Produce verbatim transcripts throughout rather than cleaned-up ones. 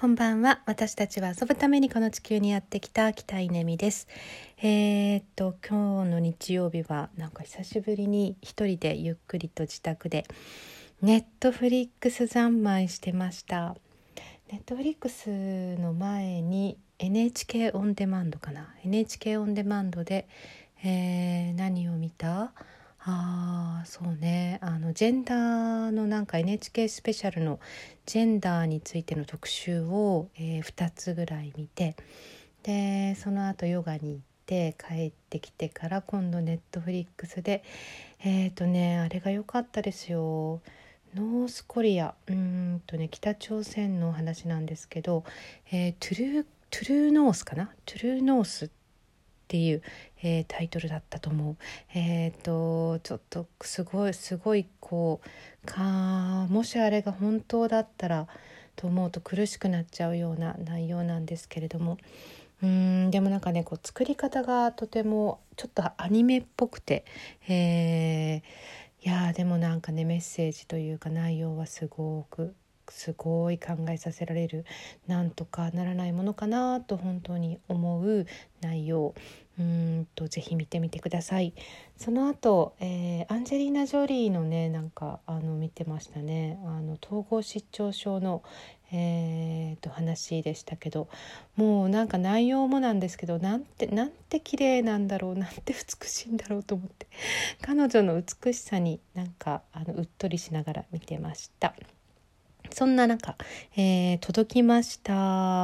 こんばんは。私たちは遊ぶためにこの地球にやってきた北稲美です。えー、っと今日の日曜日はなんか久しぶりに一人でゆっくりと自宅でネットフリックス三昧してました。ネットフリックスの前に エヌエイチケー オンデマンドかな エヌエイチケー オンデマンドで、えー、何を見たあーそうねあのジェンダーのなんか エヌエイチケー スペシャルのジェンダーについての特集を、えー、ふたつぐらい見て、でその後ヨガに行って帰ってきてから今度ネットフリックスでえっ、ー、とねあれが良かったですよ。ノースコリアうーんとね北朝鮮の話なんですけど、えー、トゥルートゥルーノースかなトゥルーノースっていう、えー、タイトルだったと思う。えっ、ー、とちょっとすごいすごいこうかもしあれが本当だったらと思うと苦しくなっちゃうような内容なんですけれども、うーんでもなんかねこう作り方がとてもちょっとアニメっぽくて、えー、いやでもなんかねメッセージというか内容はすごくすごい考えさせられる、なんとかならないものかなと本当に思う内容、うーんとぜひ見てみてください。その後、えー、アンジェリーナ・ジョリーのねなんかあの見てましたね。あの統合失調症のえー、と話でしたけど、もうなんか内容もなんですけどなんてなんて綺麗なんだろう、なんて美しいんだろうと思って彼女の美しさになんかあのうっとりしながら見てました。そんな中、えー、届きました、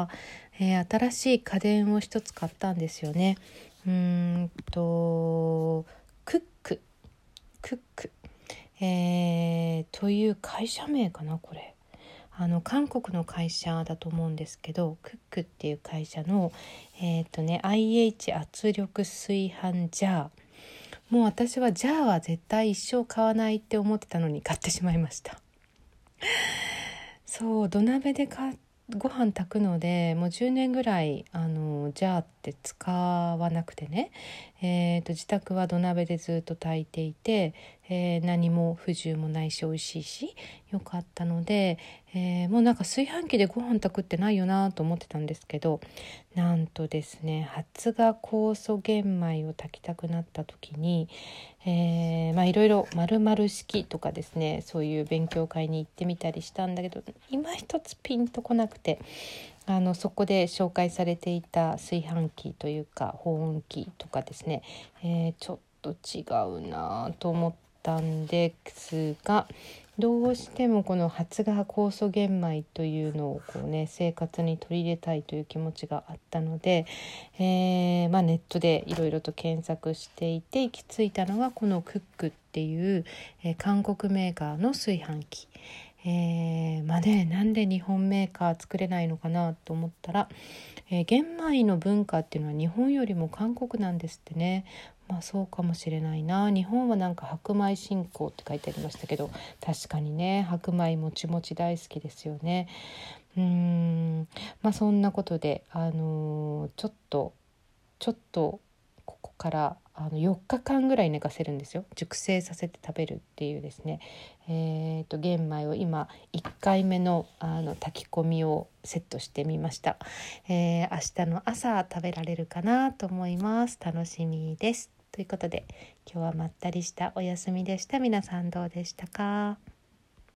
えー、新しい家電を一つ買ったんですよね。うーんとクッククック、えー、という会社名かな。これあの韓国の会社だと思うんですけど、クックっていう会社のえっ、ー、とね アイエイチ 圧力炊飯ジャー、もう私はジャーは絶対一生買わないって思ってたのに買ってしまいました。そう土鍋でかご飯炊くのでもうじゅうねんぐらいあのジャーって使わなくてね、えー、と自宅は土鍋でずっと炊いていて、えー、何も不自由もないし美味しいしよかったので、えー、もうなんか炊飯器でご飯炊くってないよなと思ってたんですけど、なんとですね発芽酵素玄米を炊きたくなった時に、えー、まあいろいろ〇〇式とかですねそういう勉強会に行ってみたりしたんだけど今一つピンとこなくて、あのそこで紹介されていた炊飯器というか保温器とかですね、えー、ちょっと違うなと思ったんですが、どうしてもこの発芽酵素玄米というのをこう、ね、生活に取り入れたいという気持ちがあったので、えーまあ、ネットでいろいろと検索していて行き着いたのがこのクックっていう、えー、韓国メーカーの炊飯器。えー、まあねなんで日本メーカー作れないのかなと思ったら、えー、玄米の文化っていうのは日本よりも韓国なんですってね。まあそうかもしれないな。日本はなんか白米信仰って書いてありましたけど、確かにね白米もちもち大好きですよね。うーんまあそんなことであのー、ちょっとちょっとここからあのよっかかんぐらい寝かせるんですよ。熟成させて食べるっていうですね、えー、と玄米を今いっかいめの、あの炊き込みをセットしてみました。えー、明日の朝食べられるかなと思います。楽しみです。ということで今日はまったりしたお休みでした。皆さんどうでしたか？